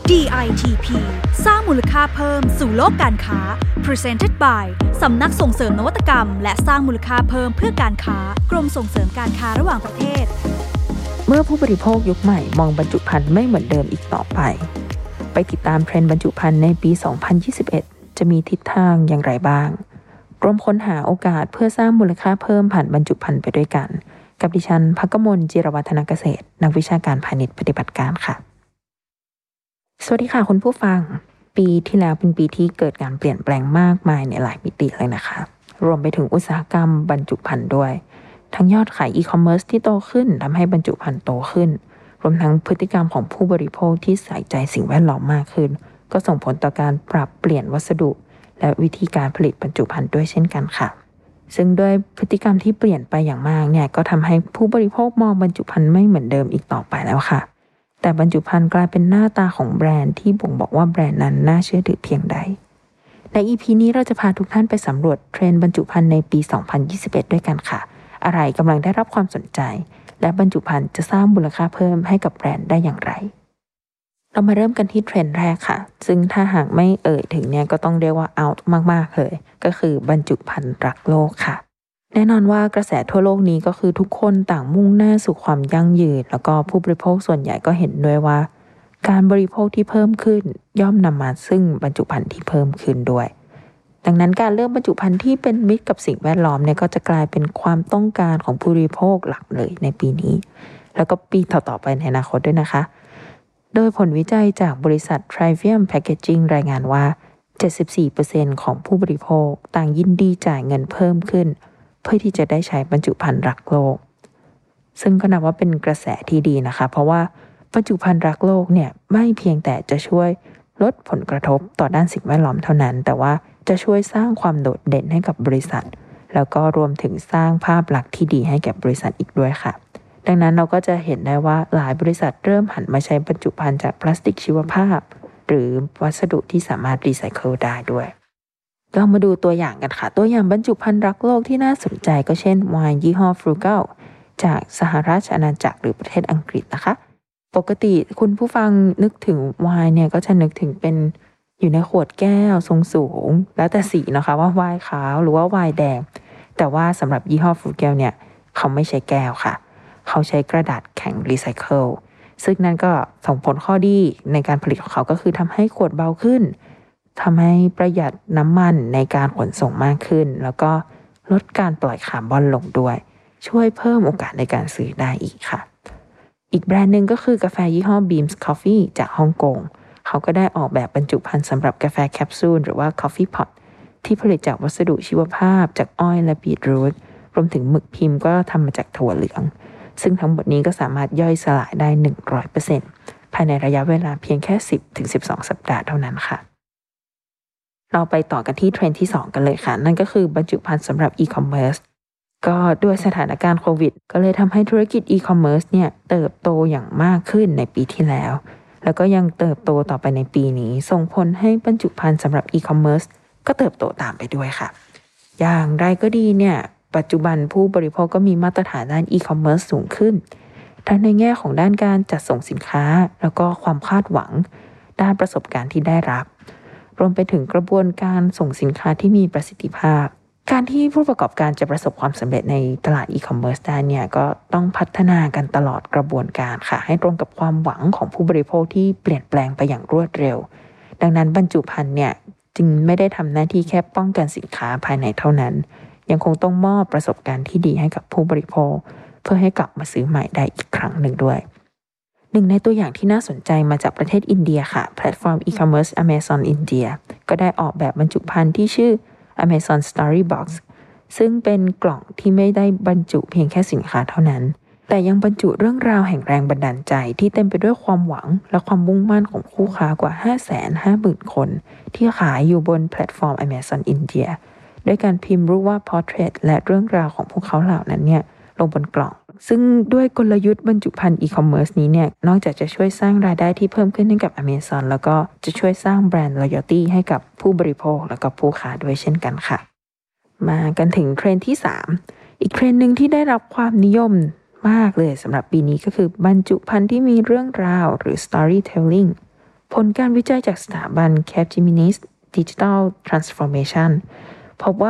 DITP สร้างมูลค่าเพิ่มสู่โลกการค้า Presented by สำนักส่งเสริมนวัตกรรมและสร้างมูลค่าเพิ่มเพื่อการค้ากรมส่งเสริมการค้าระหว่างประเทศเมื่อผู้บริโภคยุคใหม่มองบรรจุภัณฑ์ไม่เหมือนเดิมอีกต่อไปติดตามเทรนด์บรรจุภัณฑ์ในปี 2021 จะมีทิศทางอย่างไรบ้างร่วมค้นหาโอกาสเพื่อสร้างมูลค่าเพิ่มผ่านบรรจุภัณฑ์ไปด้วยกันกับดิฉันภักมล จิรวัฒนเกษตรนักวิชาการพาณิชย์ปฏิบัติการค่ะสวัสดีค่ะคุณผู้ฟังปีที่แล้วเป็นปีที่เกิดการเปลี่ยนแปลงมากมายในหลายมิติเลยนะคะรวมไปถึงอุตสาหกรรมบรรจุภัณฑ์ด้วยทั้งยอดขายอีคอมเมิร์ซที่โตขึ้นทำให้บรรจุภัณฑ์โตขึ้นรวมทั้งพฤติกรรมของผู้บริโภคที่ใส่ใจสิ่งแวดล้อมมากขึ้นก็ส่งผลต่อการปรับเปลี่ยนวัสดุและวิธีการผลิตบรรจุภัณฑ์ด้วยเช่นกันค่ะซึ่งด้วยพฤติกรรมที่เปลี่ยนไปอย่างมากเนี่ยก็ทำให้ผู้บริโภคมองบรรจุภัณฑ์ไม่เหมือนเดิมอีกต่อไปแล้วค่ะแต่บรรจุภัณฑ์กลายเป็นหน้าตาของแบรนด์ที่บ่งบอกว่าแบรนด์นั้นน่าเชื่อถือเพียงใดใน EP นี้เราจะพาทุกท่านไปสำรวจเทรนด์บรรจุภัณฑ์ในปี 2021 ด้วยกันค่ะอะไรกำลังได้รับความสนใจและบรรจุภัณฑ์จะสร้างมูลค่าเพิ่มให้กับแบรนด์ได้อย่างไรเรามาเริ่มกันที่เทรนด์แรกค่ะซึ่งถ้าหากไม่ถึงเนี่ยก็ต้องเรียกว่า out มากๆเลยก็คือบรรจุภัณฑ์รักโลกค่ะแน่นอนว่ากระแสทั่วโลกนี้ก็คือทุกคนต่างมุ่งหน้าสู่ความยั่งยืนแล้วก็ผู้บริโภคส่วนใหญ่ก็เห็นด้วยว่าการบริโภคที่เพิ่มขึ้นย่อมนำมาซึ่งบรรจุภัณฑ์ที่เพิ่มขึ้นด้วยดังนั้นการเลือกบรรจุภัณฑ์ที่เป็นมิตรกับสิ่งแวดล้อมเนี่ยก็จะกลายเป็นความต้องการของผู้บริโภคหลักเลยในปีนี้แล้วก็ปีต่อๆไปในอนาคตด้วยนะคะโดยผลวิจัยจากบริษัท Trivium Packaging รายงานว่า 74% ของผู้บริโภคต่างยินดีจ่ายเงินเพิ่มขึ้นเพื่อที่จะได้ใช้บรรจุภัณฑ์รักโลกซึ่งก็นับว่าเป็นกระแสที่ดีนะคะเพราะว่าบรรจุภัณฑ์รักโลกเนี่ยไม่เพียงแต่จะช่วยลดผลกระทบต่อด้านสิ่งแวดล้อมเท่านั้นแต่ว่าจะช่วยสร้างความโดดเด่นให้กับบริษัทแล้วก็รวมถึงสร้างภาพลักษณ์ที่ดีให้แก่บริษัทอีกด้วยค่ะดังนั้นเราก็จะเห็นได้ว่าหลายบริษัทเริ่มหันมาใช้บรรจุภัณฑ์จากพลาสติกชีวภาพหรือวัสดุที่สามารถรีไซเคิลได้ด้วยเรามาดูตัวอย่างกันค่ะตัวอย่างบรรจุภัณฑ์รักโลกที่น่าสนใจก็เช่นไวน์ยี่ห้อ Frugal จากสหราชอาณาจักรหรือประเทศอังกฤษนะคะปกติคุณผู้ฟังนึกถึงไวน์เนี่ยก็จะนึกถึงเป็นอยู่ในขวดแก้วทรงสูงแล้วแต่สีนะคะว่าไวน์ขาวหรือว่าไวน์แดงแต่ว่าสำหรับยี่ห้อ Frugal เนี่ยเขาไม่ใช้แก้วค่ะเขาใช้กระดาษแข็งรีไซเคิลซึ่งนั่นก็ส่งผลข้อดีในการผลิตของเขาก็คือทำให้ขวดเบาขึ้นทำให้ประหยัดน้ำมันในการขนส่งมากขึ้นแล้วก็ลดการปล่อยคาร์บอนลงด้วยช่วยเพิ่มโอกาสในการซื้อได้อีกค่ะอีกแบรนด์หนึ่งก็คือกาแฟยี่ห้อ Beams Coffee จากฮ่องกงเขาก็ได้ออกแบบบรรจุภัณฑ์สำหรับกาแฟแคปซูลหรือว่า Coffee Pot ที่ผลิตจากวัสดุชีวภาพจากอ้อยและบีทรูทรวมถึงหมึกพิมพ์ก็ทำมาจากถั่วเหลืองซึ่งทั้งหมดนี้ก็สามารถย่อยสลายได้ 100% ภายในระยะเวลาเพียงแค่ 10-12 สัปดาห์เท่านั้นค่ะเราไปต่อกันที่เทรนด์ที่2กันเลยค่ะนั่นก็คือบรรจุภัณฑ์สำหรับอีคอมเมิร์ซก็ด้วยสถานการณ์โควิดก็เลยทำให้ธุรกิจอีคอมเมิร์ซเนี่ยเติบโตอย่างมากขึ้นในปีที่แล้วแล้วก็ยังเติบโตต่อไปในปีนี้ส่งผลให้บรรจุภัณฑ์สำหรับอีคอมเมิร์ซก็เติบโตตามไปด้วยค่ะอย่างไรก็ดีเนี่ยปัจจุบันผู้บริโภคก็มีมาตรฐานด้านอีคอมเมิร์ซสูงขึ้นทั้งในแง่ของด้านการจัดส่งสินค้าแล้วก็ความคาดหวังด้านประสบการณ์ที่ได้รับรวมไปถึงกระบวนการส่งสินค้าที่มีประสิทธิภาพการที่ผู้ประกอบการจะประสบความสำเร็จในตลาดอีคอมเมิร์ซได้เนี่ยก็ต้องพัฒนากันตลอดกระบวนการค่ะให้ตรงกับความหวังของผู้บริโภคที่เปลี่ยนแปลงไปอย่างรวดเร็วดังนั้นบรรจุภัณฑ์เนี่ยจึงไม่ได้ทำหน้าที่แค่ป้องกันสินค้าภายในเท่านั้นยังคงต้องมอบประสบการณ์ที่ดีให้กับผู้บริโภคเพื่อให้กลับมาซื้อใหม่ได้อีกครั้งหนึ่งด้วยหนึ่งในตัวอย่างที่น่าสนใจมาจากประเทศอินเดียค่ะแพลตฟอร์มอีคอมเมิร์ซ Amazon India ก็ได้ออกแบบบรรจุภัณฑ์ที่ชื่อ Amazon Story Box ซึ่งเป็นกล่องที่ไม่ได้บรรจุเพียงแค่สินค้าเท่านั้นแต่ยังบรรจุเรื่องราวแห่งแรงบันดาลใจที่เต็มไปด้วยความหวังและความมุ่งมั่นของคู่ค้ากว่า 550,000 คนที่ขายอยู่บนแพลตฟอร์ม Amazon India ด้วยการพิมพ์รูปวาด Portrait และเรื่องราวของพวกเขาเหล่านั้นเนี่ยลงบนกล่องซึ่งด้วยกลยุทธ์บรรจุภัณฑ์อีคอมเมิร์ซนี้เนี่ยนอกจากจะช่วยสร้างรายได้ที่เพิ่มขึ้นให้กับ Amazon แล้วก็จะช่วยสร้างแบรนด์ loyalty ให้กับผู้บริโภคแล้วก็ผู้ค้าด้วยเช่นกันค่ะมากันถึงเทรนด์ที่3อีกเทรนด์หนึ่งที่ได้รับความนิยมมากเลยสำหรับปีนี้ก็คือบรรจุภัณฑ์ที่มีเรื่องราวหรือ storytelling ผลการวิจัยจากสถาบัน Capgemini Digital Transformation พบว่า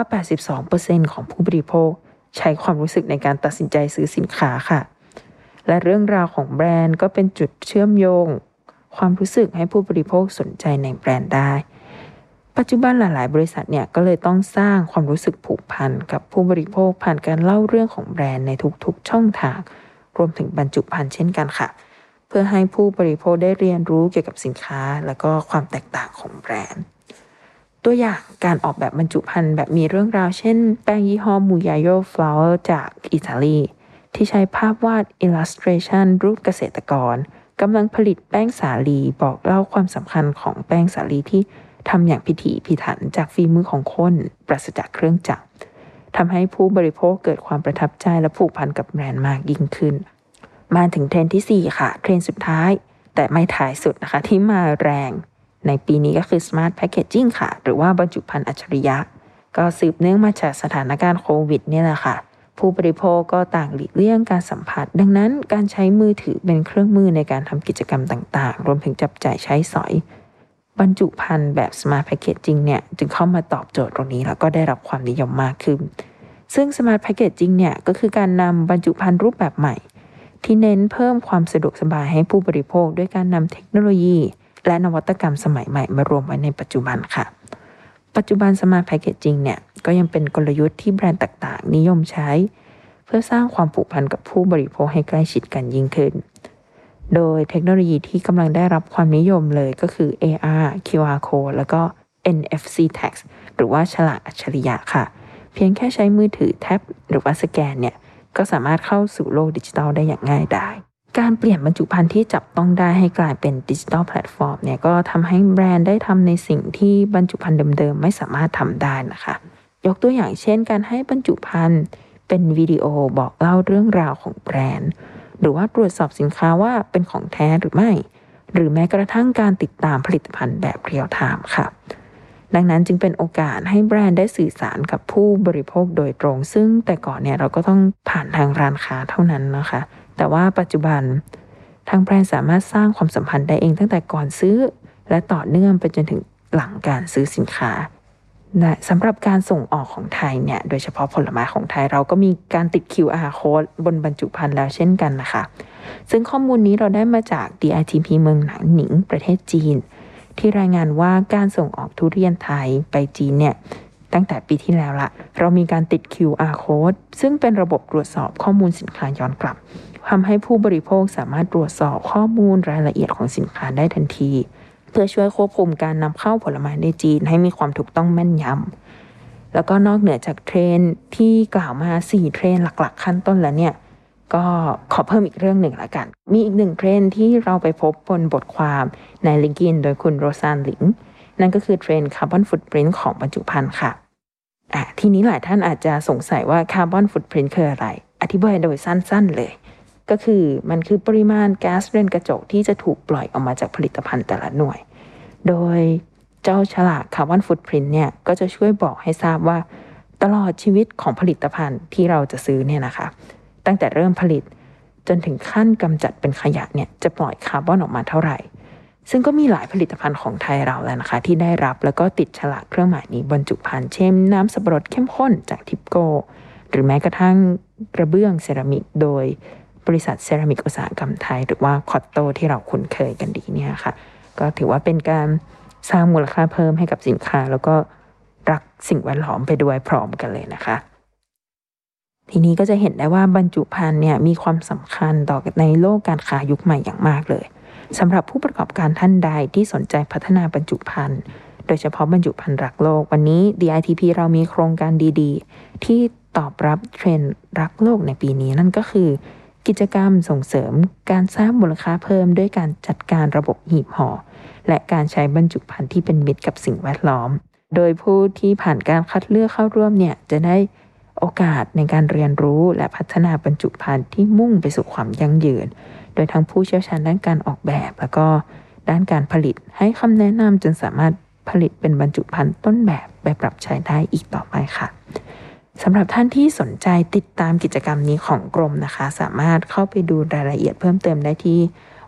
82% ของผู้บริโภคใช้ความรู้สึกในการตัดสินใจซื้อสินค้าค่ะและเรื่องราวของแบรนด์ก็เป็นจุดเชื่อมโยงความรู้สึกให้ผู้บริโภคสนใจในแบรนด์ได้ปัจจุบันหลายๆบริษัทเนี่ยก็เลยต้องสร้างความรู้สึกผูกพันกับผู้บริโภคผ่านการเล่าเรื่องของแบรนด์ในทุกๆช่องทางรวมถึงบรรจุภัณฑ์เช่นกันค่ะเพื่อให้ผู้บริโภคได้เรียนรู้เกี่ยวกับสินค้าและก็ความแตกต่างของแบรนด์ตัวอย่างการออกแบบบรรจุภัณฑ์แบบมีเรื่องราวเช่นแป้งยี่ห้อมูยาโยฟลาวเวอร์จากอิตาลีที่ใช้ภาพวาด illustration รูปเกษตรกรกำลังผลิตแป้งสาลีบอกเล่าความสำคัญของแป้งสาลีที่ทำอย่างพิถีพิถันจากฝีมือของคนปราศจากเครื่องจักรทำให้ผู้บริโภคเกิดความประทับใจและผูกพันกับแบรนด์มากยิ่งขึ้นมาถึงเทรนด์ที่4ค่ะเทรนด์สุดท้ายแต่ไม่ท้ายสุดนะคะที่มาแรงในปีนี้ก็คือ Smart Packaging ค่ะหรือว่าบรรจุภัณฑ์อัจฉริยะก็สืบเนื่องมาจากสถานการณ์โควิดเนี่ยแหละค่ะผู้บริโภคก็ต่างหลีกเลี่ยงการสัมผัสดังนั้นการใช้มือถือเป็นเครื่องมือในการทำกิจกรรมต่างๆรวมถึงจับจ่ายใช้สอยบรรจุภัณฑ์แบบ Smart Packaging เนี่ยจึงเข้ามาตอบโจทย์ตรงนี้แล้วก็ได้รับความนิยมมากขึ้นซึ่ง Smart Packaging เนี่ยก็คือการนำบรรจุภัณฑ์รูปแบบใหม่ที่เน้นเพิ่มความสะดวกสบายให้ผู้บริโภคด้วยการนำเทคโนโลยีและนวัตกรรมสมัยใหม่มารวมไว้ในปัจจุบันค่ะปัจจุบัน Smart Packaging เนี่ยก็ยังเป็นกลยุทธ์ที่แบรนด์ต่างๆนิยมใช้เพื่อสร้างความผูกพันกับผู้บริโภคให้ใกล้ชิดกันยิ่งขึ้นโดยเทคโนโลยีที่กำลังได้รับความนิยมเลยก็คือ AR QR Code แล้วก็ NFC Tags หรือว่าฉลากอัจฉริยะค่ะเพียงแค่ใช้มือถือแท็บหรือว่าสแกนเนี่ยก็สามารถเข้าสู่โลกดิจิทัลได้อย่างง่ายดายการเปลี่ยนบรรจุภัณฑ์ที่จับต้องได้ให้กลายเป็นดิจิทัลแพลตฟอร์มเนี่ยก็ทำให้แบรนด์ได้ทำในสิ่งที่บรรจุภัณฑ์เดิมๆไม่สามารถทำได้นะคะยกตัวอย่างเช่นการให้บรรจุภัณฑ์เป็นวิดีโอบอกเล่าเรื่องราวของแบรนด์หรือว่าตรวจสอบสินค้าว่าเป็นของแท้หรือไม่หรือแม้กระทั่งการติดตามผลิตภัณฑ์แบบเรียลไทม์ค่ะดังนั้นจึงเป็นโอกาสให้แบรนด์ได้สื่อสารกับผู้บริโภคโดยตรงซึ่งแต่ก่อนเนี่ยเราก็ต้องผ่านทางร้านค้าเท่านั้นนะคะแต่ว่าปัจจุบันทางแบรนด์สามารถสร้างความสัมพันธ์ได้เองตั้งแต่ก่อนซื้อและต่อเนื่องไปจนถึงหลังการซื้อสินค้าและสำหรับการส่งออกของไทยเนี่ยโดยเฉพาะผลไม้ของไทยเราก็มีการติด QR code บนบรรจุภัณฑ์แล้วเช่นกันนะคะซึ่งข้อมูลนี้เราได้มาจาก DITP เมืองหนานหนิงประเทศจีนที่รายงานว่าการส่งออกทุเรียนไทยไปจีนเนี่ยตั้งแต่ปีที่แล้วละเรามีการติด QR code ซึ่งเป็นระบบตรวจสอบข้อมูลสินค้าย้อนกลับทำให้ผู้บริโภคสามารถตรวจสอบข้อมูลรายละเอียดของสินค้าได้ทันทีเพื่อช่วยควบคุมการนำเข้าผลไม้ในจีนให้มีความถูกต้องแม่นยำแล้วก็นอกเหนือจากเทรนที่กล่าวมา4เทรนหลักๆขั้นต้นแล้วเนี่ยก็ขอเพิ่มอีกเรื่องหนึ่งละกันมีอีก1เทรนที่เราไปพบบนบทความใน LinkedIn โดยคุณโรซานหลิงนั่นก็คือเทรนคาร์บอนฟุตพริ้นท์ของบรรจุภัณฑ์ค่ะทีนี้หลายท่านอาจจะสงสัยว่าคาร์บอนฟุตพริ้นท์คืออะไรอธิบายโดยสั้นๆเลยก็คือมันคือปริมาณก๊าซเรือนกระจกที่จะถูกปล่อยออกมาจากผลิตภัณฑ์แต่ละหน่วยโดยเจ้าฉลากคาร์บอนฟุตพริ้นท์เนี่ยก็จะช่วยบอกให้ทราบว่าตลอดชีวิตของผลิตภัณฑ์ที่เราจะซื้อเนี่ยนะคะตั้งแต่เริ่มผลิตจนถึงขั้นกำจัดเป็นขยะเนี่ยจะปล่อยคาร์บอนออกมาเท่าไหร่ซึ่งก็มีหลายผลิตภัณฑ์ของไทยเราแล้วนะคะที่ได้รับแล้วก็ติดฉลากเครื่องหมายนี้บรรจุภัณฑ์เช่นน้ำสับปะรดเข้มข้นจากทิปโก้หรือแม้กระทั่งกระเบื้องเซรามิกโดยบริษัทเซรามิกอุตสาหกรรมไทยหรือว่าคอตโตที่เราคุ้นเคยกันดีเนี่ยค่ะก็ถือว่าเป็นการสร้างมูลค่าเพิ่มให้กับสินค้าแล้วก็รักสิ่งแวดล้อมไปด้วยพร้อมกันเลยนะคะทีนี้ก็จะเห็นได้ว่าบรรจุภัณฑ์เนี่ยมีความสำคัญต่อในโลกการค้ายุคใหม่อย่างมากเลยสำหรับผู้ประกอบการท่านใดที่สนใจพัฒนาบรรจุภัณฑ์โดยเฉพาะบรรจุภัณฑ์รักโลกวันนี้ DITP เรามีโครงการดีๆที่ตอบรับเทรนด์รักโลกในปีนี้นั่นก็คือกิจกรรมส่งเสริมการสร้างมูลค่าเพิ่มด้วยการจัดการระบบหีบห่อและการใช้บรรจุภัณฑ์ที่เป็นมิตรกับสิ่งแวดล้อมโดยผู้ที่ผ่านการคัดเลือกเข้าร่วมเนี่ยจะได้โอกาสในการเรียนรู้และพัฒนาบรรจุภัณฑ์ที่มุ่งไปสู่ความยั่งยืนโดยทั้งผู้เชี่ยวชาญด้านการออกแบบแล้วก็ด้านการผลิตให้คำแนะนำจนสามารถผลิตเป็นบรรจุภัณฑ์ต้นแบบไปปรับใช้ได้อีกต่อไปค่ะสำหรับท่านที่สนใจติดตามกิจกรรมนี้ของกรมนะคะสามารถเข้าไปดูรายละเอียดเพิ่มเติมได้ที่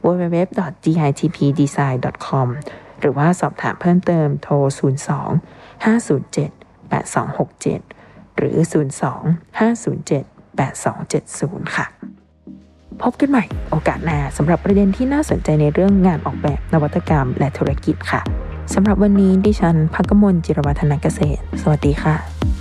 www.gitpdesign.com หรือว่าสอบถามเพิ่มเติมโทร 02-507-8267 หรือ 02-507-8270 ค่ะ พบกันใหม่โอกาสหน้าสำหรับประเด็นที่น่าสนใจในเรื่องงานออกแบบนวัตกรรมและธุรกิจค่ะสำหรับวันนี้ดิฉันภักกมล จิรวัฒนเกษตรสวัสดีค่ะ